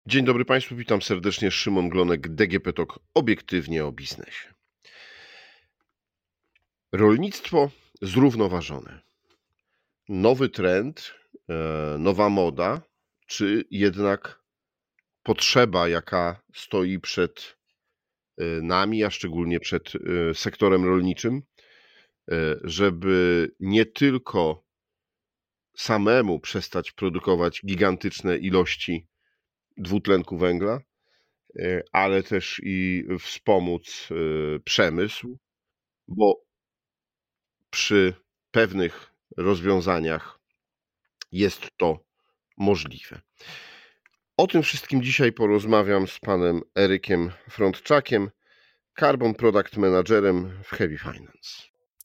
Dzień dobry Państwu, witam serdecznie. Szymon Glonek, DGP TOK, obiektywnie o biznesie. Rolnictwo zrównoważone. Nowy trend, nowa moda, czy jednak potrzeba, jaka stoi przed nami, a szczególnie przed sektorem rolniczym, żeby nie tylko samemu przestać produkować gigantyczne ilości dwutlenku węgla, ale też i wspomóc przemysł, bo przy pewnych rozwiązaniach jest to możliwe. O tym wszystkim dzisiaj porozmawiam z panem Erykiem Frontczakiem, Carbon Product Managerem w Heavy Finance.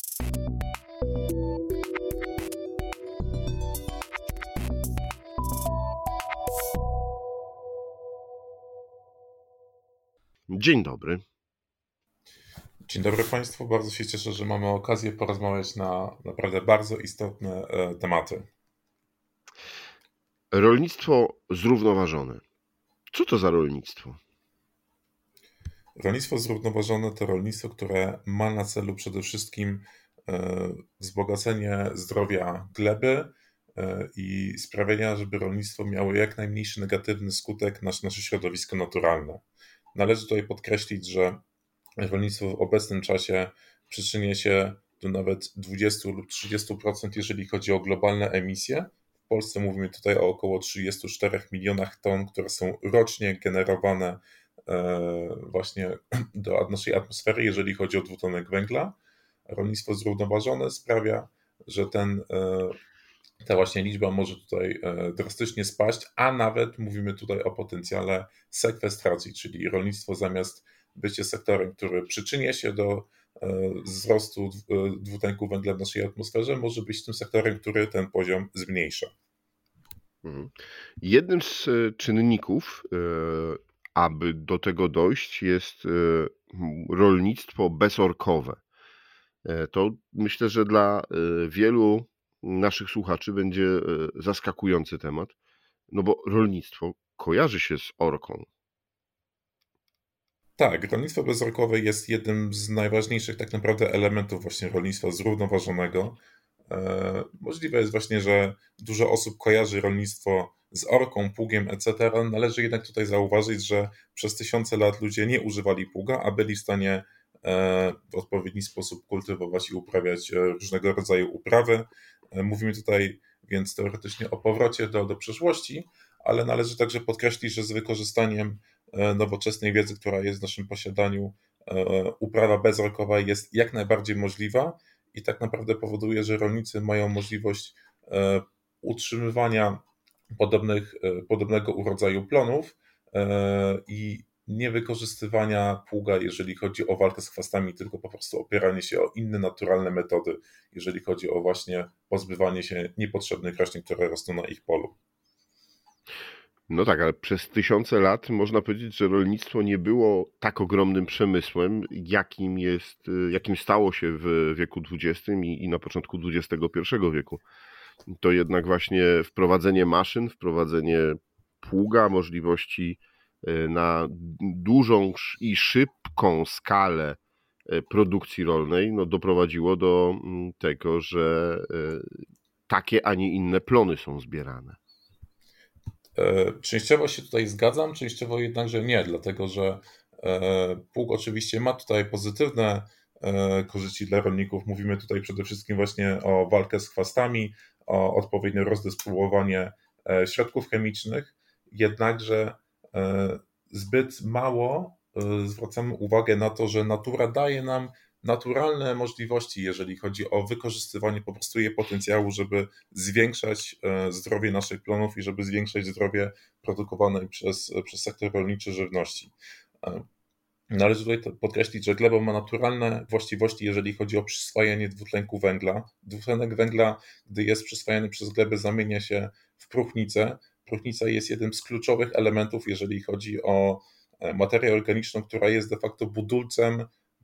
Dzień dobry. Dzień dobry Państwu, bardzo się cieszę, że mamy okazję porozmawiać na naprawdę bardzo istotne tematy. Rolnictwo zrównoważone. Co to za rolnictwo? Rolnictwo zrównoważone to rolnictwo, które ma na celu przede wszystkim wzbogacenie zdrowia gleby i sprawienia, żeby rolnictwo miało jak najmniejszy negatywny skutek na nasze środowisko naturalne. Należy tutaj podkreślić, że rolnictwo w obecnym czasie przyczynia się do nawet 20 lub 30%, jeżeli chodzi o globalne emisje. W Polsce mówimy tutaj o około 34 milionach ton, które są rocznie generowane właśnie do naszej atmosfery, jeżeli chodzi o dwutlenek węgla. Rolnictwo zrównoważone sprawia, że ta właśnie liczba może tutaj drastycznie spaść, a nawet mówimy tutaj o potencjale sekwestracji, czyli rolnictwo zamiast być sektorem, który przyczynia się do wzrostu dwutlenku węgla w naszej atmosferze, może być tym sektorem, który ten poziom zmniejsza. Jednym z czynników, aby do tego dojść, jest rolnictwo bezorkowe. To myślę, że dla wielu naszych słuchaczy będzie zaskakujący temat, no bo rolnictwo kojarzy się z orką. Tak, rolnictwo bezorkowe jest jednym z najważniejszych tak naprawdę elementów właśnie rolnictwa zrównoważonego. Możliwe jest właśnie, że dużo osób kojarzy rolnictwo z orką, pługiem, etc. Należy jednak tutaj zauważyć, że przez tysiące lat ludzie nie używali pługa, a byli w stanie w odpowiedni sposób kultywować i uprawiać różnego rodzaju uprawy. Mówimy tutaj więc teoretycznie o powrocie do przeszłości, ale należy także podkreślić, że z wykorzystaniem nowoczesnej wiedzy, która jest w naszym posiadaniu, uprawa bezorkowa jest jak najbardziej możliwa i tak naprawdę powoduje, że rolnicy mają możliwość utrzymywania podobnego urodzaju plonów i niewykorzystywania pługa, jeżeli chodzi o walkę z chwastami, tylko po prostu opieranie się o inne naturalne metody, jeżeli chodzi o właśnie pozbywanie się niepotrzebnych roślin, które rosną na ich polu. No tak, ale przez tysiące lat można powiedzieć, że rolnictwo nie było tak ogromnym przemysłem, jakim stało się w wieku XX i na początku XXI wieku. To jednak właśnie wprowadzenie maszyn, wprowadzenie pługa, możliwości na dużą i szybką skalę produkcji rolnej doprowadziło do tego, że takie, a nie inne plony są zbierane. Częściowo się tutaj zgadzam, częściowo jednakże nie, dlatego że pług oczywiście ma tutaj pozytywne korzyści dla rolników. Mówimy tutaj przede wszystkim właśnie o walkę z chwastami, o odpowiednie rozdystrybuowanie środków chemicznych, jednakże zbyt mało zwracamy uwagę na to, że natura daje nam naturalne możliwości, jeżeli chodzi o wykorzystywanie po prostu jej potencjału, żeby zwiększać zdrowie naszych plonów i żeby zwiększać zdrowie produkowanej przez sektor rolniczy żywności. Należy tutaj podkreślić, że gleba ma naturalne właściwości, jeżeli chodzi o przyswajanie dwutlenku węgla. Dwutlenek węgla, gdy jest przyswajany przez glebę, zamienia się w próchnicę. Próchnica jest jednym z kluczowych elementów, jeżeli chodzi o materię organiczną, która jest de facto budulcem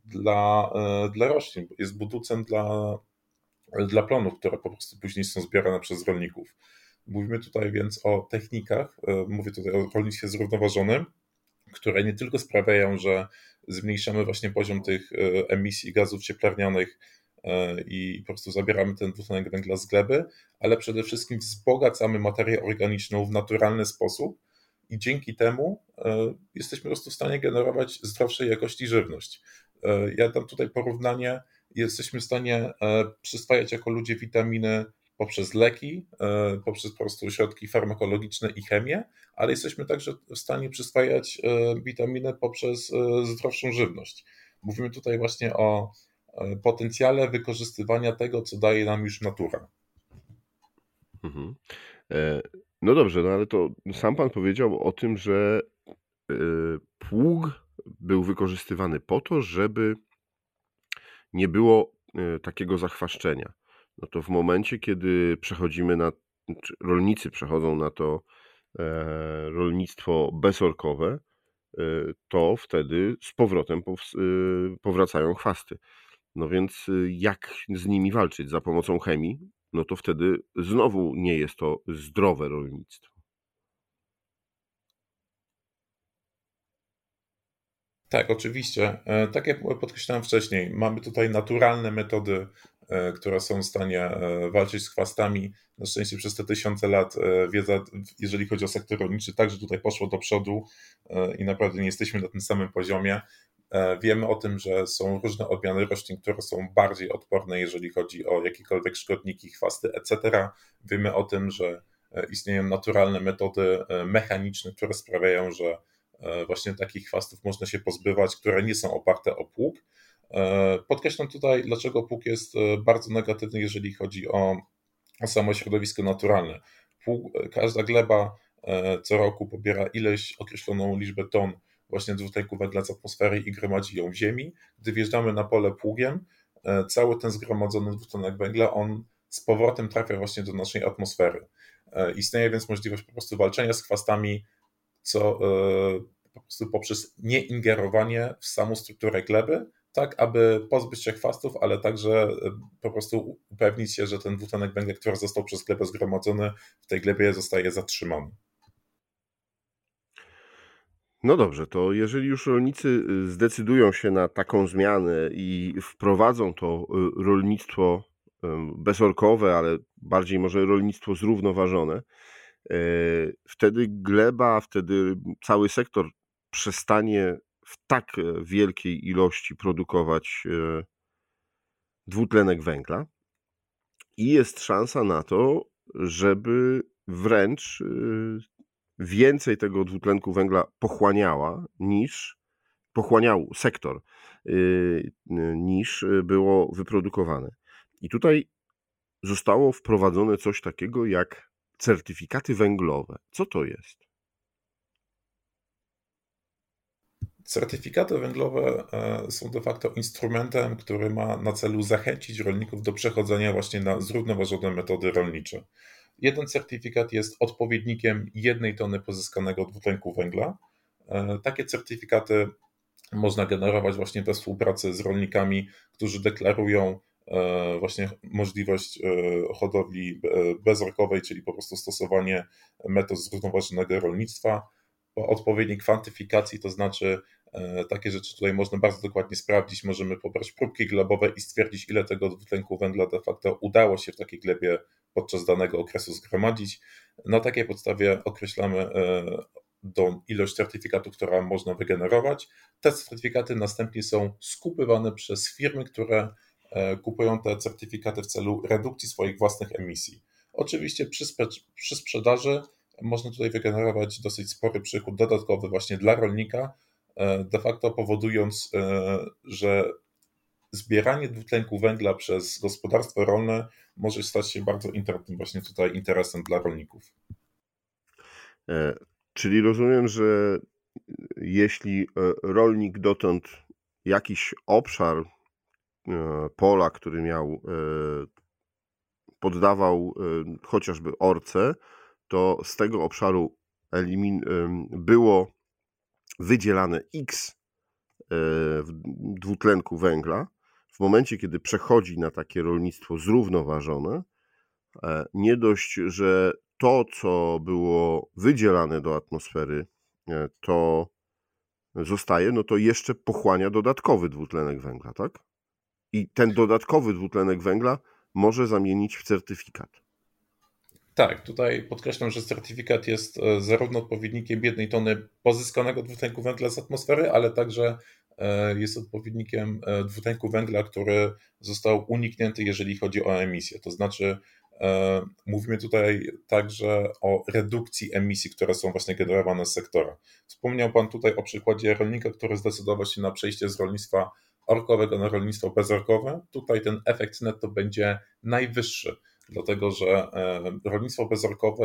dla roślin, jest budulcem dla plonów, które po prostu później są zbierane przez rolników. Mówimy tutaj więc o technikach, mówię tutaj o rolnictwie zrównoważonym, które nie tylko sprawiają, że zmniejszamy właśnie poziom tych emisji gazów cieplarnianych i po prostu zabieramy ten dwutlenek węgla z gleby, ale przede wszystkim wzbogacamy materię organiczną w naturalny sposób i dzięki temu jesteśmy po prostu w stanie generować zdrowszej jakości żywność. Ja dam tutaj porównanie, jesteśmy w stanie przyswajać jako ludzie witaminy poprzez leki, poprzez po prostu środki farmakologiczne i chemię, ale jesteśmy także w stanie przyswajać witaminy poprzez zdrowszą żywność. Mówimy tutaj właśnie o potencjale wykorzystywania tego, co daje nam już natura. Mhm. No dobrze, no ale to sam pan powiedział o tym, że pług był wykorzystywany po to, żeby nie było takiego zachwaszczenia. No to w momencie, kiedy rolnicy przechodzą na to rolnictwo bezorkowe, to wtedy z powrotem powracają chwasty. No więc jak z nimi walczyć? Za pomocą chemii? No to wtedy znowu nie jest to zdrowe rolnictwo. Tak, oczywiście. Tak jak podkreślałem wcześniej, mamy tutaj naturalne metody, które są w stanie walczyć z chwastami. Na szczęście przez te tysiące lat wiedza, jeżeli chodzi o sektor rolniczy, także tutaj poszło do przodu i naprawdę nie jesteśmy na tym samym poziomie. Wiemy o tym, że są różne odmiany roślin, które są bardziej odporne, jeżeli chodzi o jakiekolwiek szkodniki, chwasty, etc. Wiemy o tym, że istnieją naturalne metody mechaniczne, które sprawiają, że właśnie takich chwastów można się pozbywać, które nie są oparte o pług. Podkreślam tutaj, dlaczego pług jest bardzo negatywny, jeżeli chodzi o samo środowisko naturalne. Każda gleba co roku pobiera określoną liczbę ton właśnie dwutlenku węgla z atmosfery i gromadzi ją w ziemi. Gdy wjeżdżamy na pole pługiem, cały ten zgromadzony dwutlenek węgla, on z powrotem trafia właśnie do naszej atmosfery. Istnieje więc możliwość po prostu walczenia z chwastami, co po prostu poprzez nieingerowanie w samą strukturę gleby, tak aby pozbyć się chwastów, ale także po prostu upewnić się, że ten dwutlenek węgla, który został przez glebę zgromadzony, w tej glebie zostaje zatrzymany. No dobrze, to jeżeli już rolnicy zdecydują się na taką zmianę i wprowadzą to rolnictwo bezorkowe, ale bardziej może rolnictwo zrównoważone, wtedy gleba, wtedy cały sektor przestanie w tak wielkiej ilości produkować dwutlenek węgla i jest szansa na to, żeby wręcz więcej tego dwutlenku węgla pochłaniał sektor, niż było wyprodukowane. I tutaj zostało wprowadzone coś takiego jak certyfikaty węglowe. Co to jest? Certyfikaty węglowe są de facto instrumentem, który ma na celu zachęcić rolników do przechodzenia właśnie na zrównoważone metody rolnicze. Jeden certyfikat jest odpowiednikiem 1 tony pozyskanego dwutlenku węgla. Takie certyfikaty można generować właśnie we współpracy z rolnikami, którzy deklarują właśnie możliwość hodowli bezorkowej, czyli po prostu stosowanie metod zrównoważonego rolnictwa. Odpowiedniej kwantyfikacji, to znaczy takie rzeczy tutaj można bardzo dokładnie sprawdzić. Możemy pobrać próbki glebowe i stwierdzić, ile tego dwutlenku węgla de facto udało się w takiej glebie podczas danego okresu zgromadzić. Na takiej podstawie określamy ilość certyfikatów, która można wygenerować. Te certyfikaty następnie są skupywane przez firmy, które kupują te certyfikaty w celu redukcji swoich własnych emisji. Oczywiście przy sprzedaży można tutaj wygenerować dosyć spory przychód dodatkowy właśnie dla rolnika, de facto powodując, że zbieranie dwutlenku węgla przez gospodarstwo rolne może stać się bardzo intensywnym właśnie tutaj interesem dla rolników. Czyli rozumiem, że jeśli rolnik dotąd jakiś obszar pola, który poddawał chociażby orce, to z tego obszaru było wydzielane X dwutlenku węgla. W momencie, kiedy przechodzi na takie rolnictwo zrównoważone, nie dość, że to, co było wydzielane do atmosfery, to zostaje, no to jeszcze pochłania dodatkowy dwutlenek węgla, tak? I ten dodatkowy dwutlenek węgla może zamienić w certyfikat. Tak, tutaj podkreślam, że certyfikat jest zarówno odpowiednikiem 1 tony pozyskanego dwutlenku węgla z atmosfery, ale także jest odpowiednikiem dwutlenku węgla, który został uniknięty, jeżeli chodzi o emisję. To znaczy mówimy tutaj także o redukcji emisji, które są właśnie generowane z sektora. Wspomniał Pan tutaj o przykładzie rolnika, który zdecydował się na przejście z rolnictwa orkowego na rolnictwo bezorkowe. Tutaj ten efekt netto będzie najwyższy, dlatego że rolnictwo bezorkowe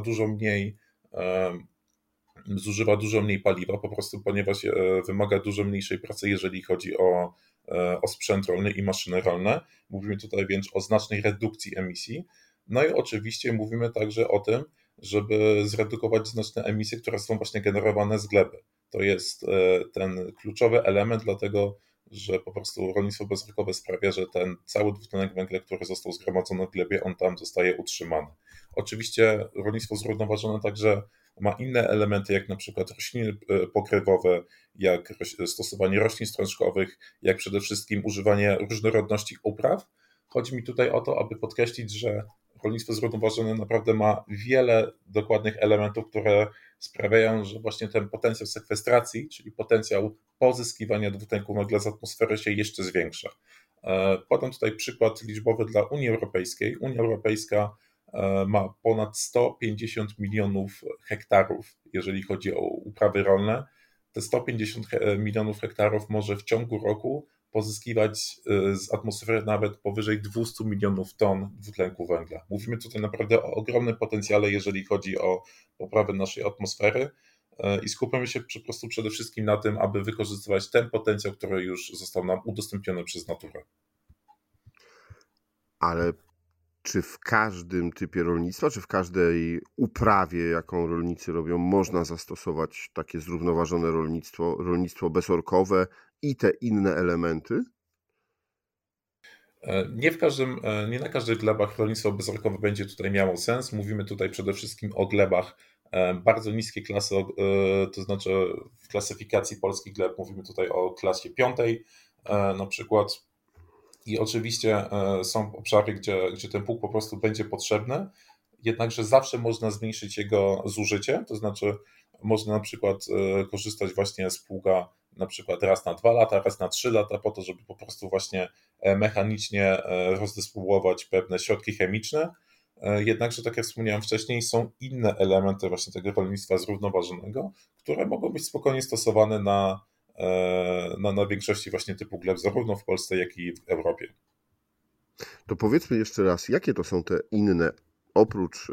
zużywa dużo mniej paliwa, po prostu ponieważ wymaga dużo mniejszej pracy, jeżeli chodzi o sprzęt rolny i maszyny rolne. Mówimy tutaj więc o znacznej redukcji emisji. No i oczywiście mówimy także o tym, żeby zredukować znaczne emisje, które są właśnie generowane z gleby. To jest ten kluczowy element, dlatego że po prostu rolnictwo bezorkowe sprawia, że ten cały dwutlenek węgla, który został zgromadzony w glebie, on tam zostaje utrzymany. Oczywiście rolnictwo zrównoważone także ma inne elementy, jak na przykład rośliny pokrywowe, jak stosowanie roślin strączkowych, jak przede wszystkim używanie różnorodności upraw. Chodzi mi tutaj o to, aby podkreślić, że rolnictwo zrównoważone naprawdę ma wiele dokładnych elementów, które sprawiają, że właśnie ten potencjał sekwestracji, czyli potencjał pozyskiwania dwutlenku węgla z atmosfery się jeszcze zwiększa. Podam tutaj przykład liczbowy dla Unii Europejskiej. Unia Europejska ma ponad 150 milionów hektarów, jeżeli chodzi o uprawy rolne. Te 150 milionów hektarów może w ciągu roku pozyskiwać z atmosfery nawet powyżej 200 milionów ton dwutlenku węgla. Mówimy tutaj naprawdę o ogromnym potencjale, jeżeli chodzi o poprawę naszej atmosfery i skupiamy się po prostu przede wszystkim na tym, aby wykorzystywać ten potencjał, który już został nam udostępniony przez naturę. Ale czy w każdym typie rolnictwa, czy w każdej uprawie, jaką rolnicy robią, można zastosować takie zrównoważone rolnictwo bezorkowe i te inne elementy? Nie na każdych glebach rolnictwo bezorkowe będzie tutaj miało sens. Mówimy tutaj przede wszystkim o glebach bardzo niskiej klasy, to znaczy w klasyfikacji polskich gleb mówimy tutaj o klasie 5 na przykład. I oczywiście są obszary, gdzie ten pług po prostu będzie potrzebny, jednakże zawsze można zmniejszyć jego zużycie, to znaczy można na przykład korzystać właśnie z pługa na przykład raz na 2 lata, raz na 3 lata po to, żeby po prostu właśnie mechanicznie rozdystrybuować pewne środki chemiczne. Jednakże, tak jak wspomniałem wcześniej, są inne elementy właśnie tego rolnictwa zrównoważonego, które mogą być spokojnie stosowane na większości właśnie typu gleb, zarówno w Polsce, jak i w Europie. To powiedzmy jeszcze raz, jakie to są te inne, oprócz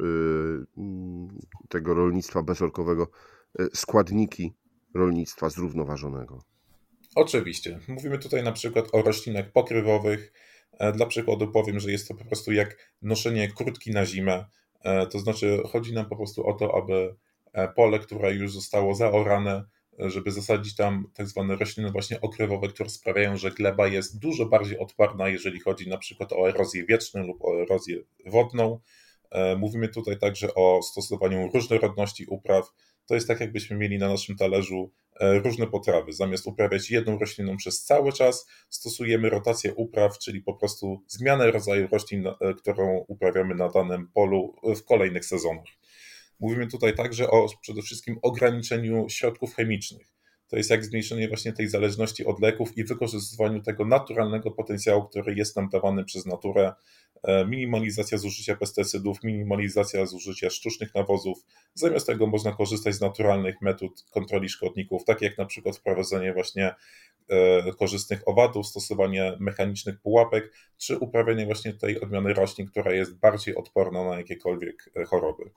tego rolnictwa bezorkowego, składniki rolnictwa zrównoważonego? Oczywiście. Mówimy tutaj na przykład o roślinach pokrywowych. Dla przykładu powiem, że jest to po prostu jak noszenie kurtki na zimę. To znaczy chodzi nam po prostu o to, aby pole, które już zostało zaorane, żeby zasadzić tam tak zwane rośliny właśnie okrywowe, które sprawiają, że gleba jest dużo bardziej odporna, jeżeli chodzi na przykład o erozję wietrzną lub o erozję wodną. Mówimy tutaj także o stosowaniu różnorodności upraw. To jest tak, jakbyśmy mieli na naszym talerzu różne potrawy. Zamiast uprawiać jedną rośliną przez cały czas, stosujemy rotację upraw, czyli po prostu zmianę rodzaju roślin, którą uprawiamy na danym polu w kolejnych sezonach. Mówimy tutaj także o przede wszystkim ograniczeniu środków chemicznych. To jest jak zmniejszenie właśnie tej zależności od leków i wykorzystywaniu tego naturalnego potencjału, który jest nam dawany przez naturę. Minimalizacja zużycia pestycydów, minimalizacja zużycia sztucznych nawozów. Zamiast tego można korzystać z naturalnych metod kontroli szkodników, tak jak na przykład wprowadzenie właśnie korzystnych owadów, stosowanie mechanicznych pułapek, czy uprawianie właśnie tej odmiany roślin, która jest bardziej odporna na jakiekolwiek choroby.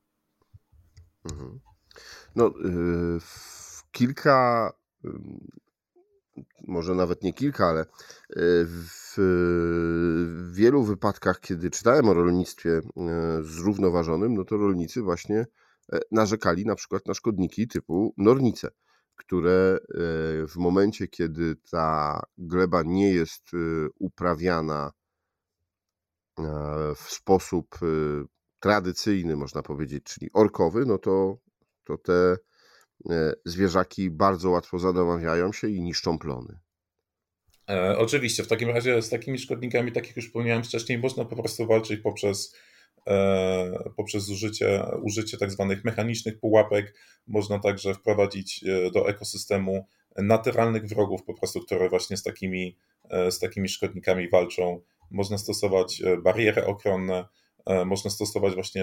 No, kilka, może nawet nie kilka, ale w wielu wypadkach, kiedy czytałem o rolnictwie zrównoważonym, no to rolnicy właśnie narzekali na przykład na szkodniki typu nornice, które w momencie, kiedy ta gleba nie jest uprawiana w sposób tradycyjny, można powiedzieć, czyli orkowy, no to te zwierzaki bardzo łatwo zadomawiają się i niszczą plony. Oczywiście, w takim razie z takimi szkodnikami, tak jak już wspomniałem wcześniej, można po prostu walczyć poprzez użycie tak zwanych mechanicznych pułapek. Można także wprowadzić do ekosystemu naturalnych wrogów, po prostu, które właśnie z takimi szkodnikami walczą. Można stosować bariery ochronne, można stosować właśnie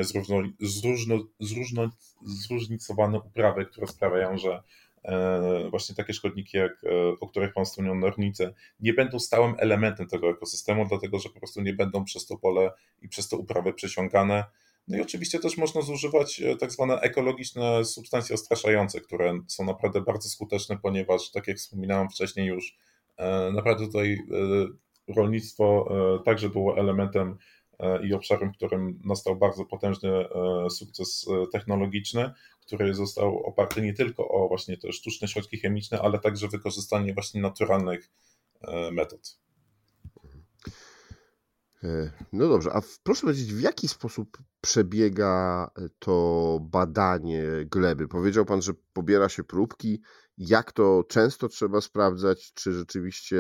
zróżnicowane uprawy, które sprawiają, że właśnie takie szkodniki, o których Pan wspomniał, nornice, nie będą stałym elementem tego ekosystemu, dlatego że po prostu nie będą przez to pole i przez to uprawy przesiąkane. No i oczywiście też można zużywać tak zwane ekologiczne substancje odstraszające, które są naprawdę bardzo skuteczne, ponieważ, tak jak wspominałem wcześniej już, naprawdę tutaj rolnictwo także było elementem i obszarem, w którym nastał bardzo potężny sukces technologiczny, który został oparty nie tylko o właśnie te sztuczne środki chemiczne, ale także wykorzystanie właśnie naturalnych metod. No dobrze, a proszę powiedzieć, w jaki sposób przebiega to badanie gleby? Powiedział Pan, że pobiera się próbki. Jak to często trzeba sprawdzać? Czy rzeczywiście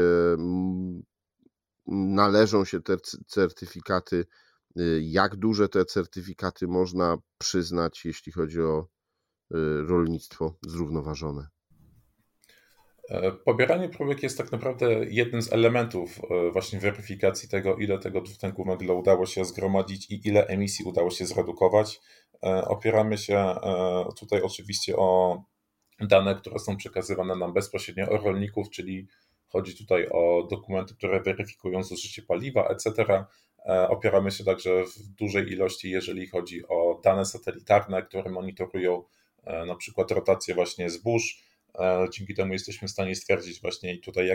należą się te certyfikaty? Jak duże te certyfikaty można przyznać, jeśli chodzi o rolnictwo zrównoważone? Pobieranie próbek jest tak naprawdę jednym z elementów właśnie weryfikacji tego, ile tego dwutlenku węgla udało się zgromadzić i ile emisji udało się zredukować. Opieramy się tutaj oczywiście o dane, które są przekazywane nam bezpośrednio od rolników, czyli chodzi tutaj o dokumenty, które weryfikują zużycie paliwa, etc. Opieramy się także w dużej ilości, jeżeli chodzi o dane satelitarne, które monitorują na przykład rotację właśnie zbóż. Dzięki temu jesteśmy w stanie stwierdzić właśnie tutaj,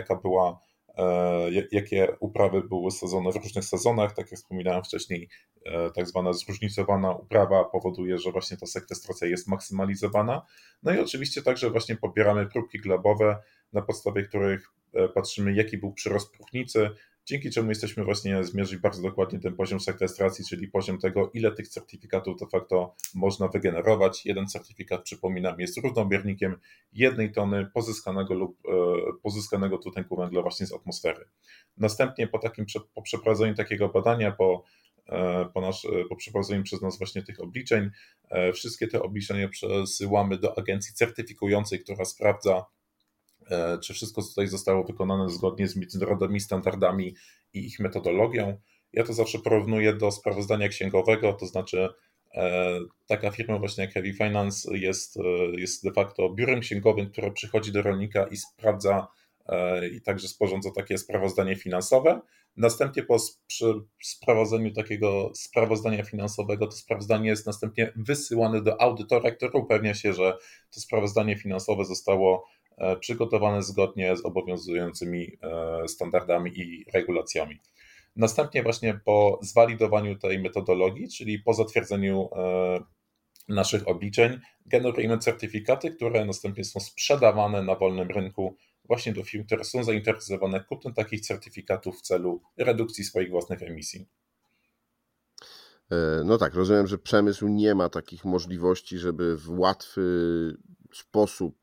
jakie uprawy były sadzone w różnych sezonach. Tak jak wspominałem wcześniej, tak zwana zróżnicowana uprawa powoduje, że właśnie ta sekwestracja jest maksymalizowana. No i oczywiście także właśnie pobieramy próbki glebowe, na podstawie których patrzymy, jaki był przyrost próchnicy, dzięki czemu jesteśmy właśnie zmierzyć bardzo dokładnie ten poziom sekwestracji, czyli poziom tego, ile tych certyfikatów de facto można wygenerować. Jeden certyfikat, przypominam, jest równomiernikiem 1 tony pozyskanego dwutlenku węgla właśnie z atmosfery. Następnie po przeprowadzeniu takiego badania, po przeprowadzeniu przez nas właśnie tych obliczeń, wszystkie te obliczenia przesyłamy do agencji certyfikującej, która sprawdza, czy wszystko tutaj zostało wykonane zgodnie z międzynarodowymi standardami i ich metodologią. Ja to zawsze porównuję do sprawozdania księgowego, to znaczy taka firma właśnie jak Heavy Finance jest de facto biurem księgowym, które przychodzi do rolnika i sprawdza i także sporządza takie sprawozdanie finansowe. Następnie po sprowadzeniu takiego sprawozdania finansowego to sprawozdanie jest następnie wysyłane do audytora, który upewnia się, że to sprawozdanie finansowe zostało przygotowane zgodnie z obowiązującymi standardami i regulacjami. Następnie właśnie po zwalidowaniu tej metodologii, czyli po zatwierdzeniu naszych obliczeń, generujemy certyfikaty, które następnie są sprzedawane na wolnym rynku właśnie do firm, które są zainteresowane kupnem takich certyfikatów w celu redukcji swoich własnych emisji. No tak, rozumiem, że przemysł nie ma takich możliwości, żeby w łatwy sposób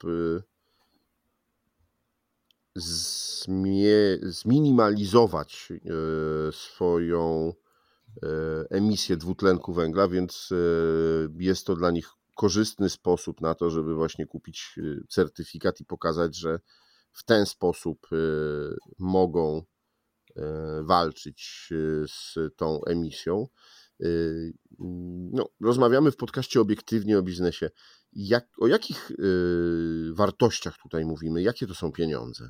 zminimalizować swoją emisję dwutlenku węgla, więc jest to dla nich korzystny sposób na to, żeby właśnie kupić certyfikat i pokazać, że w ten sposób mogą walczyć z tą emisją. No, rozmawiamy w podcaście obiektywnie o biznesie. O jakich wartościach tutaj mówimy? Jakie to są pieniądze?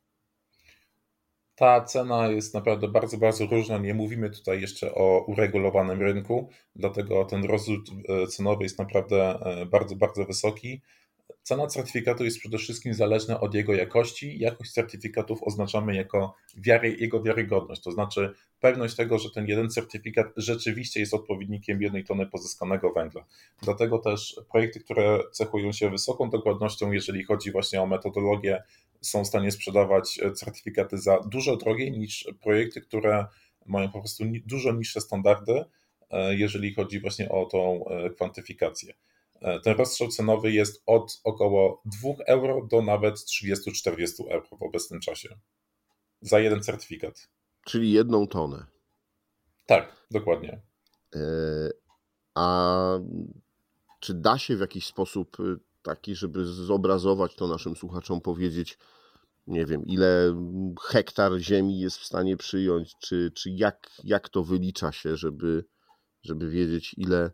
Ta cena jest naprawdę bardzo, bardzo różna. Nie mówimy tutaj jeszcze o uregulowanym rynku, dlatego ten rozrzut cenowy jest naprawdę bardzo, bardzo wysoki. Cena certyfikatu jest przede wszystkim zależna od jego jakości. Jakość certyfikatów oznaczamy jako jego wiarygodność, to znaczy pewność tego, że ten jeden certyfikat rzeczywiście jest odpowiednikiem 1 tony pozyskanego węgla. Dlatego też projekty, które cechują się wysoką dokładnością, jeżeli chodzi właśnie o metodologię, są w stanie sprzedawać certyfikaty za dużo drogiej niż projekty, które mają po prostu dużo niższe standardy jeżeli chodzi właśnie o tą kwantyfikację. Ten rozstrzał cenowy jest od około 2 euro do nawet 30-40 euro w obecnym czasie za jeden certyfikat. Czyli 1 tonę. Tak, dokładnie. A czy da się w jakiś sposób taki, żeby zobrazować to naszym słuchaczom, powiedzieć, nie wiem, ile hektar ziemi jest w stanie przyjąć, czy jak to wylicza się, żeby wiedzieć, ile,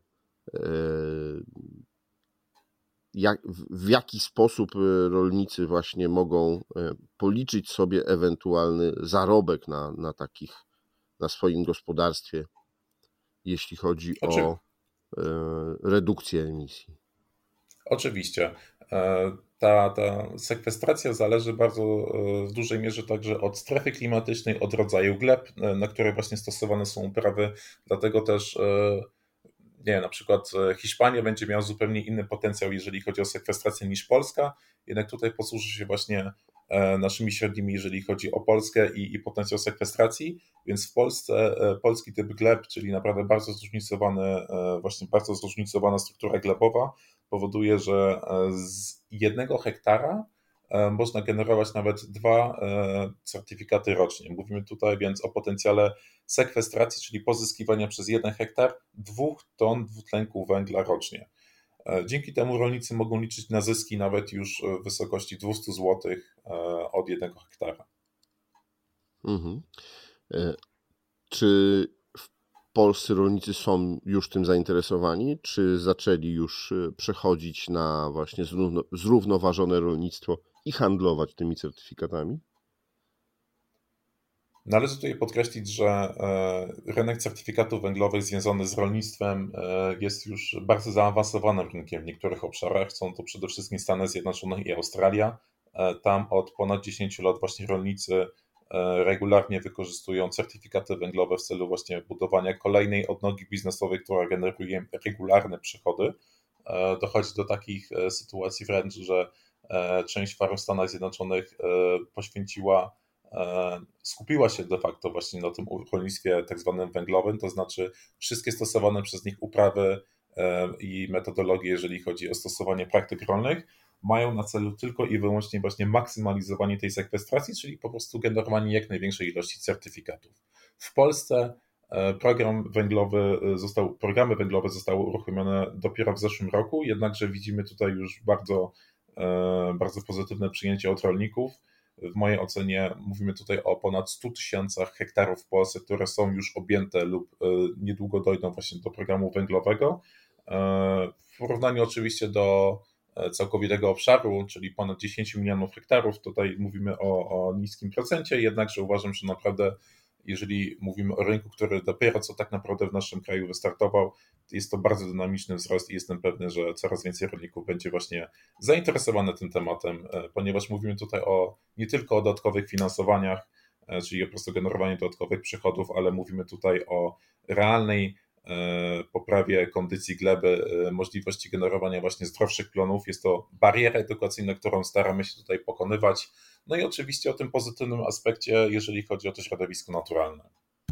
w jaki sposób rolnicy właśnie mogą policzyć sobie ewentualny zarobek na swoim gospodarstwie, jeśli chodzi o redukcję emisji. Oczywiście. Ta sekwestracja zależy bardzo w dużej mierze także od strefy klimatycznej, od rodzaju gleb, na które właśnie stosowane są uprawy. Dlatego też na przykład Hiszpania będzie miała zupełnie inny potencjał, jeżeli chodzi o sekwestrację niż Polska, jednak tutaj posłuży się właśnie naszymi średnimi, jeżeli chodzi o Polskę i potencjał sekwestracji, więc w Polsce polski typ gleb, czyli naprawdę bardzo zróżnicowana struktura glebowa, powoduje, że z 1 hektara można generować nawet 2 certyfikaty rocznie. Mówimy tutaj więc o potencjale sekwestracji, czyli pozyskiwania przez 1 hektar 2 ton dwutlenku węgla rocznie. Dzięki temu rolnicy mogą liczyć na zyski nawet już w wysokości 200 zł od 1 hektara. Mhm. Czy w Polsce rolnicy są już tym zainteresowani? Czy zaczęli już przechodzić na właśnie zrównoważone rolnictwo i handlować tymi certyfikatami? Należy tutaj podkreślić, że rynek certyfikatów węglowych związany z rolnictwem jest już bardzo zaawansowanym rynkiem w niektórych obszarach. Są to przede wszystkim Stany Zjednoczone i Australia. Tam od ponad 10 lat właśnie rolnicy regularnie wykorzystują certyfikaty węglowe w celu właśnie budowania kolejnej odnogi biznesowej, która generuje regularne przychody. Dochodzi do takich sytuacji wręcz, że część farm w Stanach Zjednoczonych skupiła się de facto właśnie na tym rolnictwie tak zwanym węglowym, to znaczy wszystkie stosowane przez nich uprawy i metodologie, jeżeli chodzi o stosowanie praktyk rolnych, mają na celu tylko i wyłącznie właśnie maksymalizowanie tej sekwestracji, czyli po prostu generowanie jak największej ilości certyfikatów. W Polsce programy węglowe zostały uruchomione dopiero w zeszłym roku, jednakże widzimy tutaj już bardzo, bardzo pozytywne przyjęcie od rolników. W mojej ocenie mówimy tutaj o ponad 100 000 hektarów w Polsce, które są już objęte lub niedługo dojdą właśnie do programu węglowego. W porównaniu oczywiście do całkowitego obszaru, czyli ponad 10 milionów hektarów, tutaj mówimy o niskim procencie, jednakże uważam, że naprawdę jeżeli mówimy o rynku, który dopiero co tak naprawdę w naszym kraju wystartował, jest to bardzo dynamiczny wzrost i jestem pewny, że coraz więcej rolników będzie właśnie zainteresowane tym tematem, ponieważ mówimy tutaj nie tylko o dodatkowych finansowaniach, czyli po prostu generowaniu dodatkowych przychodów, ale mówimy tutaj o realnej poprawie kondycji gleby, możliwości generowania właśnie zdrowszych plonów. Jest to bariera edukacyjna, którą staramy się tutaj pokonywać. No i oczywiście o tym pozytywnym aspekcie, jeżeli chodzi o to środowisko naturalne.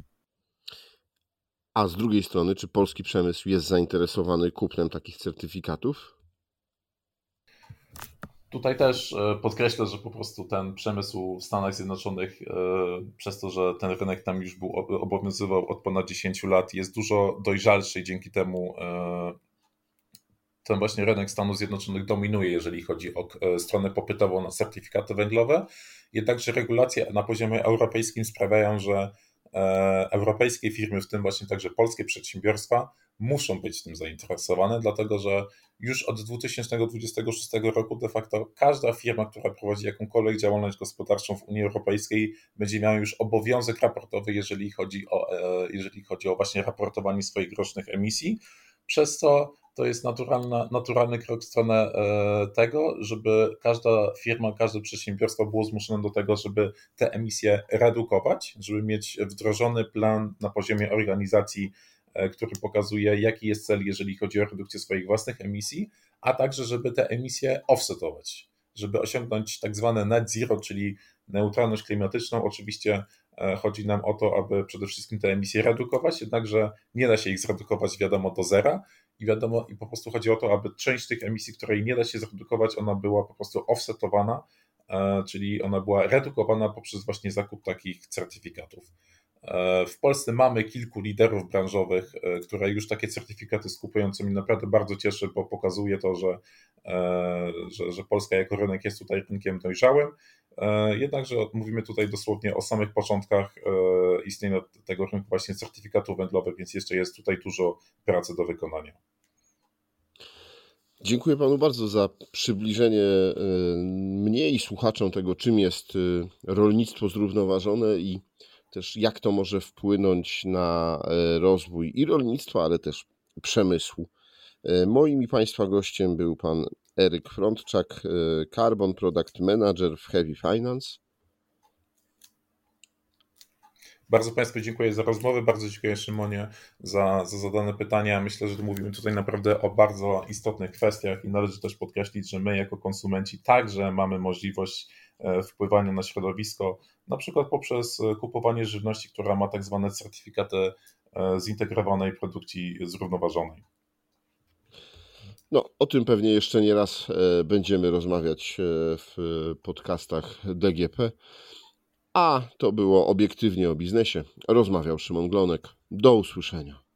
A z drugiej strony, czy polski przemysł jest zainteresowany kupnem takich certyfikatów? Tutaj też podkreślę, że po prostu ten przemysł w Stanach Zjednoczonych, przez to, że ten rynek tam już obowiązywał od ponad 10 lat, jest dużo dojrzalszy i dzięki temu ten właśnie rynek Stanów Zjednoczonych dominuje, jeżeli chodzi o stronę popytową na certyfikaty węglowe. Jednakże regulacje na poziomie europejskim sprawiają, że europejskie firmy, w tym właśnie także polskie przedsiębiorstwa, muszą być tym zainteresowane, dlatego że już od 2026 roku de facto każda firma, która prowadzi jakąkolwiek działalność gospodarczą w Unii Europejskiej, będzie miała już obowiązek raportowy, jeżeli chodzi o właśnie raportowanie swoich rocznych emisji, przez co to jest naturalny krok w stronę tego, żeby każda firma, każde przedsiębiorstwo było zmuszone do tego, żeby te emisje redukować, żeby mieć wdrożony plan na poziomie organizacji, który pokazuje, jaki jest cel, jeżeli chodzi o redukcję swoich własnych emisji, a także, żeby te emisje offsetować, żeby osiągnąć tak zwane net zero, czyli neutralność klimatyczną. Oczywiście Chodzi nam o to, aby przede wszystkim te emisje redukować, jednakże nie da się ich zredukować, wiadomo, do zera i po prostu chodzi o to, aby część tych emisji, której nie da się zredukować, ona była po prostu offsetowana, czyli ona była redukowana poprzez właśnie zakup takich certyfikatów. W Polsce mamy kilku liderów branżowych, które już takie certyfikaty skupują, co mnie naprawdę bardzo cieszy, bo pokazuje to, że Polska jako rynek jest tutaj rynkiem dojrzałym. Jednakże mówimy tutaj dosłownie o samych początkach istnienia tego rynku właśnie certyfikatów węglowych, więc jeszcze jest tutaj dużo pracy do wykonania. Dziękuję panu bardzo za przybliżenie mnie i słuchaczom tego, czym jest rolnictwo zrównoważone i też jak to może wpłynąć na rozwój i rolnictwa, ale też przemysłu. Moim i państwa gościem był pan Eryk Frądczak, Carbon Product Manager w Heavy Finance. Bardzo Państwu dziękuję za rozmowę, bardzo dziękuję Szymonie za zadane pytania. Myślę, że mówimy tutaj naprawdę o bardzo istotnych kwestiach i należy też podkreślić, że my jako konsumenci także mamy możliwość wpływania na środowisko, na przykład poprzez kupowanie żywności, która ma tak zwane certyfikaty zintegrowanej produkcji zrównoważonej. No, o tym pewnie jeszcze nie raz będziemy rozmawiać w podcastach DGP. A to było Obiektywnie o biznesie. Rozmawiał Szymon Glonek. Do usłyszenia.